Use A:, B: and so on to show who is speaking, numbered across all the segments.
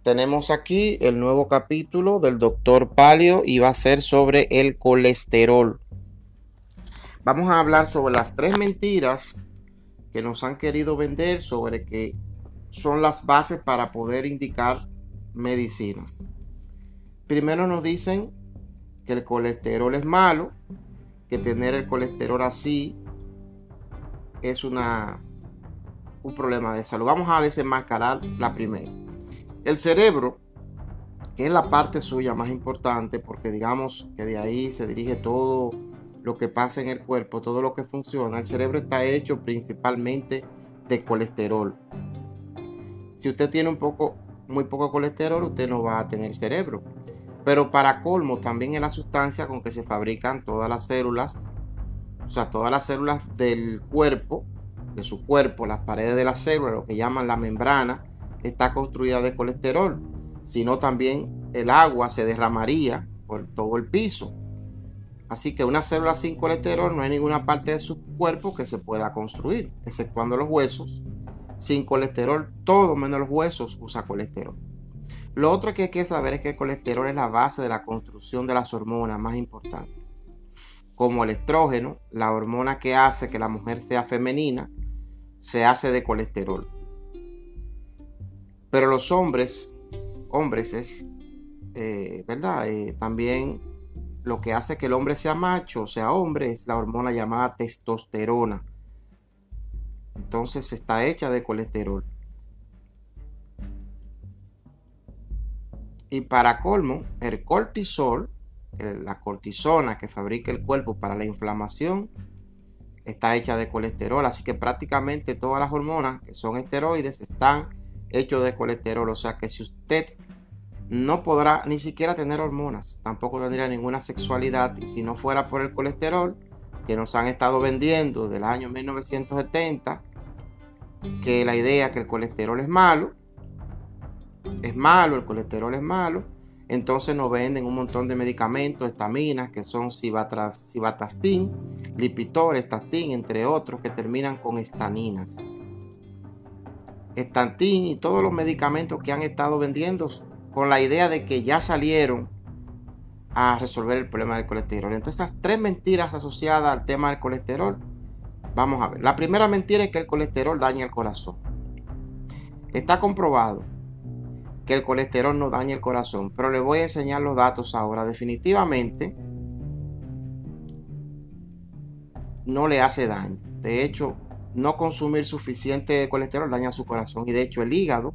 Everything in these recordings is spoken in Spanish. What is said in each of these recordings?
A: tenemos aquí el nuevo capítulo del Dr. Palio y va a ser sobre el colesterol. Vamos a hablar sobre las 3 mentiras que nos han querido vender sobre que son las bases para poder indicar medicinas. Primero nos dicen que el colesterol es malo, que tener el colesterol así es un problema de salud. Vamos a desenmascarar la primera. El cerebro, que es la parte suya más importante, porque digamos que de ahí se dirige todo lo que pasa en el cuerpo, todo lo que funciona. El cerebro está hecho principalmente de colesterol. Si usted tiene muy poco colesterol, usted no va a tener cerebro. Pero para colmo, también es la sustancia con que se fabrican todas las células, o sea, todas las células del cuerpo, de su cuerpo, las paredes de la célula, lo que llaman la membrana, está construida de colesterol. Si no, también el agua se derramaría por todo el piso. Así que una célula sin colesterol no hay ninguna parte de su cuerpo que se pueda construir, exceptuando los huesos. Sin colesterol, todo menos los huesos usa colesterol. Lo otro que hay que saber es que el colesterol es la base de la construcción de las hormonas más importantes, como el estrógeno, la hormona que hace que la mujer sea femenina, se hace de colesterol. Pero los hombres es, ¿verdad? También lo que hace que el hombre sea macho, o sea hombre, es la hormona llamada testosterona. Entonces está hecha de colesterol. Y para colmo, el cortisol, la cortisona que fabrica el cuerpo para la inflamación, está hecha de colesterol. Así que prácticamente todas las hormonas que son esteroides están hechos de colesterol. O sea que si usted no podrá ni siquiera tener hormonas, tampoco tendría ninguna sexualidad, y si no fuera por el colesterol que nos han estado vendiendo desde el año 1970, que la idea que el colesterol es malo, el colesterol es malo, entonces nos venden un montón de medicamentos, estaminas, que son cibatastin, lipitor, estatin, entre otros, que terminan con estaninas. Estantin y todos los medicamentos que han estado vendiendo con la idea de que ya salieron a resolver el problema del colesterol. Entonces, esas 3 mentiras asociadas al tema del colesterol, vamos a ver. La primera mentira es que el colesterol daña el corazón. Está comprobado que el colesterol no daña el corazón, pero le voy a enseñar los datos ahora. Definitivamente no le hace daño. De hecho, no consumir suficiente colesterol daña su corazón, y de hecho el hígado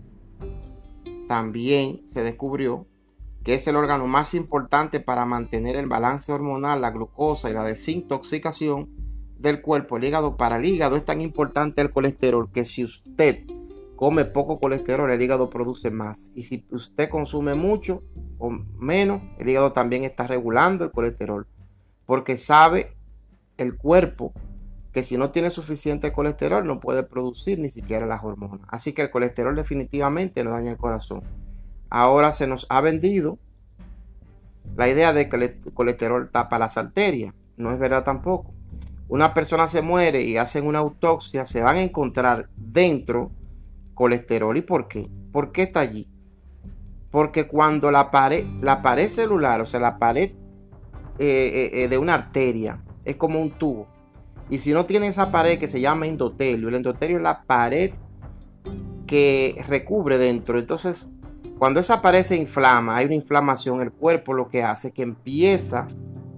A: también se descubrió que es el órgano más importante para mantener el balance hormonal, la glucosa y la desintoxicación del cuerpo. El hígado, para el hígado es tan importante el colesterol que si usted come poco colesterol, el hígado produce más, y si usted consume mucho o menos, el hígado también está regulando el colesterol, porque sabe el cuerpo que si no tiene suficiente colesterol no puede producir ni siquiera las hormonas. Así que el colesterol definitivamente no daña el corazón. Ahora se nos ha vendido la idea de que el colesterol tapa las arterias. No es verdad tampoco. Una persona se muere y hacen una autopsia, se van a encontrar dentro colesterol. ¿Y por qué? ¿Por qué está allí? Porque cuando la pared celular, o sea, la pared de una arteria es como un tubo, y si no tiene esa pared que se llama endotelio, el endotelio es la pared que recubre dentro. Entonces, cuando esa pared se inflama, hay una inflamación, el cuerpo lo que hace es que empieza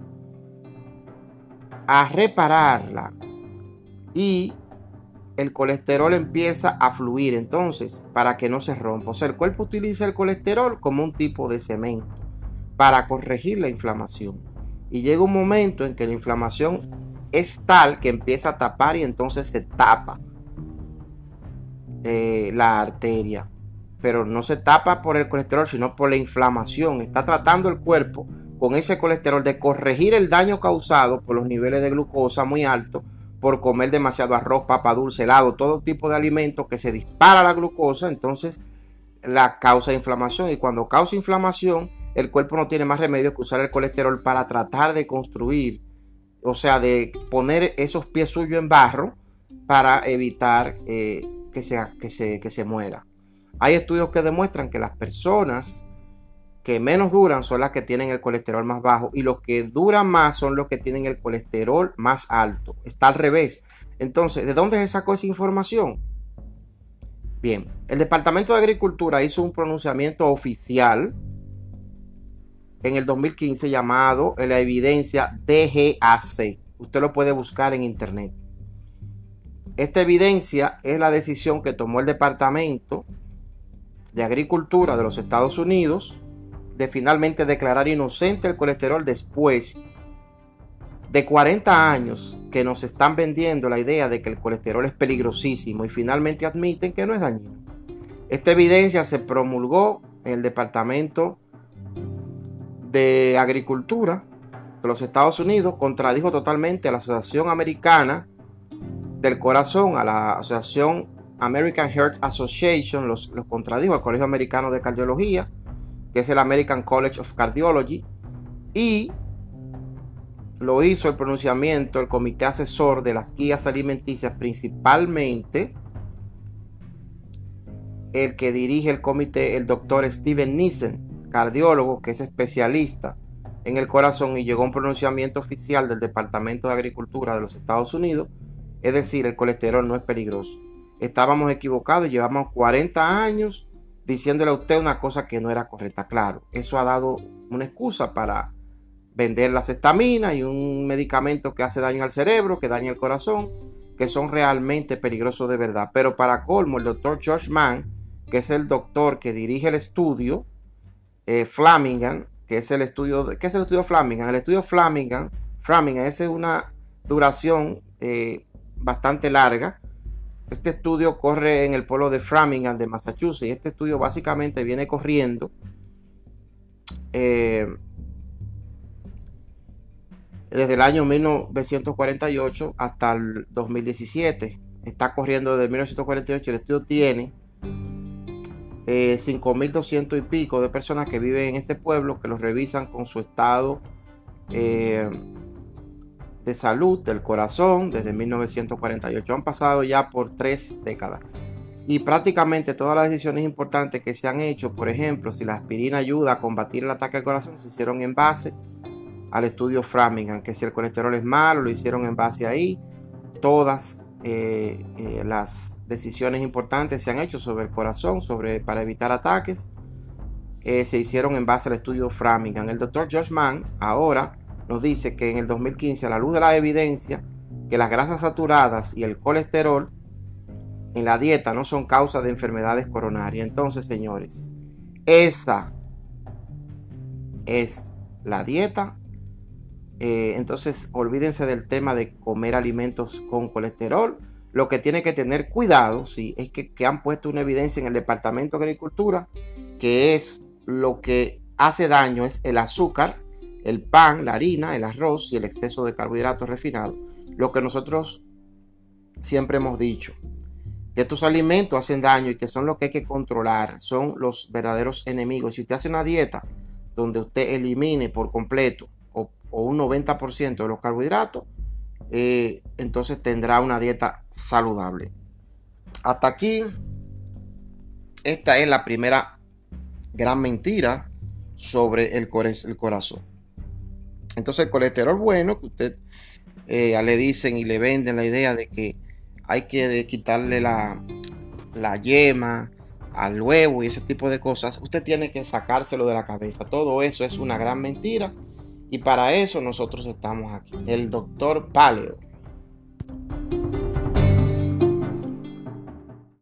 A: a repararla y el colesterol empieza a fluir, entonces, para que no se rompa. O sea, el cuerpo utiliza el colesterol como un tipo de cemento para corregir la inflamación, y llega un momento en que la inflamación es tal que empieza a tapar, y entonces se tapa la arteria, pero no se tapa por el colesterol, sino por la inflamación. Está tratando el cuerpo con ese colesterol de corregir el daño causado por los niveles de glucosa muy altos, por comer demasiado arroz, papa dulce, helado, todo tipo de alimentos que se dispara la glucosa. Entonces la causa inflamación, y cuando causa inflamación el cuerpo no tiene más remedio que usar el colesterol para tratar de construir, o sea, de poner esos pies suyos en barro para evitar que se muera. Hay estudios que demuestran que las personas que menos duran son las que tienen el colesterol más bajo, y los que duran más son los que tienen el colesterol más alto. Está al revés. Entonces, ¿de dónde se sacó esa información? Bien, el Departamento de Agricultura hizo un pronunciamiento oficial en el 2015 llamado la evidencia DGAC. Usted lo puede buscar en internet. Esta evidencia es la decisión que tomó el Departamento de Agricultura de los Estados Unidos de finalmente declarar inocente el colesterol después de 40 años que nos están vendiendo la idea de que el colesterol es peligrosísimo, y finalmente admiten que no es dañino. Esta evidencia se promulgó en el Departamento de Agricultura de los Estados Unidos, contradijo totalmente a la Asociación Americana del Corazón, a la Asociación American Heart Association, los contradijo al Colegio Americano de Cardiología, que es el American College of Cardiology, y lo hizo el pronunciamiento el comité asesor de las guías alimenticias, principalmente el que dirige el comité, el doctor Steven Nissen, cardiólogo que es especialista en el corazón, y llegó a un pronunciamiento oficial del Departamento de Agricultura de los Estados Unidos, es decir, el colesterol no es peligroso. Estábamos equivocados y llevamos 40 años diciéndole a usted una cosa que no era correcta. Claro, eso ha dado una excusa para vender la cetamina y un medicamento que hace daño al cerebro, que daña el corazón, que son realmente peligrosos de verdad. Pero para colmo, el doctor George Mann, que es el doctor que dirige el estudio Framingham, que es el estudio, ¿qué es el estudio Framingham? El estudio Framingham es una duración bastante larga. Este estudio corre en el pueblo de Framingham de Massachusetts, y este estudio básicamente viene corriendo desde el año 1948 hasta el 2017. Está corriendo desde 1948. El estudio tiene 5.200 y pico de personas que viven en este pueblo, que los revisan con su estado de salud del corazón desde 1948. Han pasado ya por 3 décadas, y prácticamente todas las decisiones importantes que se han hecho, por ejemplo, si la aspirina ayuda a combatir el ataque al corazón, se hicieron en base al estudio Framingham. Que si el colesterol es malo, lo hicieron en base ahí. Todas las decisiones importantes se han hecho sobre el corazón, para evitar ataques, se hicieron en base al estudio Framingham. El doctor Josh Mann ahora nos dice que en el 2015, a la luz de la evidencia que las grasas saturadas y el colesterol en la dieta no son causa de enfermedades coronarias. Entonces, señores, esa es la dieta. Entonces, olvídense del tema de comer alimentos con colesterol. Lo que tiene que tener cuidado, sí, es que han puesto una evidencia en el Departamento de Agricultura que es lo que hace daño es el azúcar, el pan, la harina, el arroz y el exceso de carbohidratos refinados. Lo que nosotros siempre hemos dicho, que estos alimentos hacen daño y que son lo que hay que controlar, son los verdaderos enemigos. Si usted hace una dieta donde usted elimine por completo o un 90% de los carbohidratos, entonces tendrá una dieta saludable. Hasta aquí, esta es la primera gran mentira sobre el corazón. Entonces, el colesterol bueno, que usted le dicen y le venden la idea de que hay que quitarle la yema al huevo y ese tipo de cosas, usted tiene que sacárselo de la cabeza. Todo eso es una gran mentira, y para eso nosotros estamos aquí. El doctor Paleo.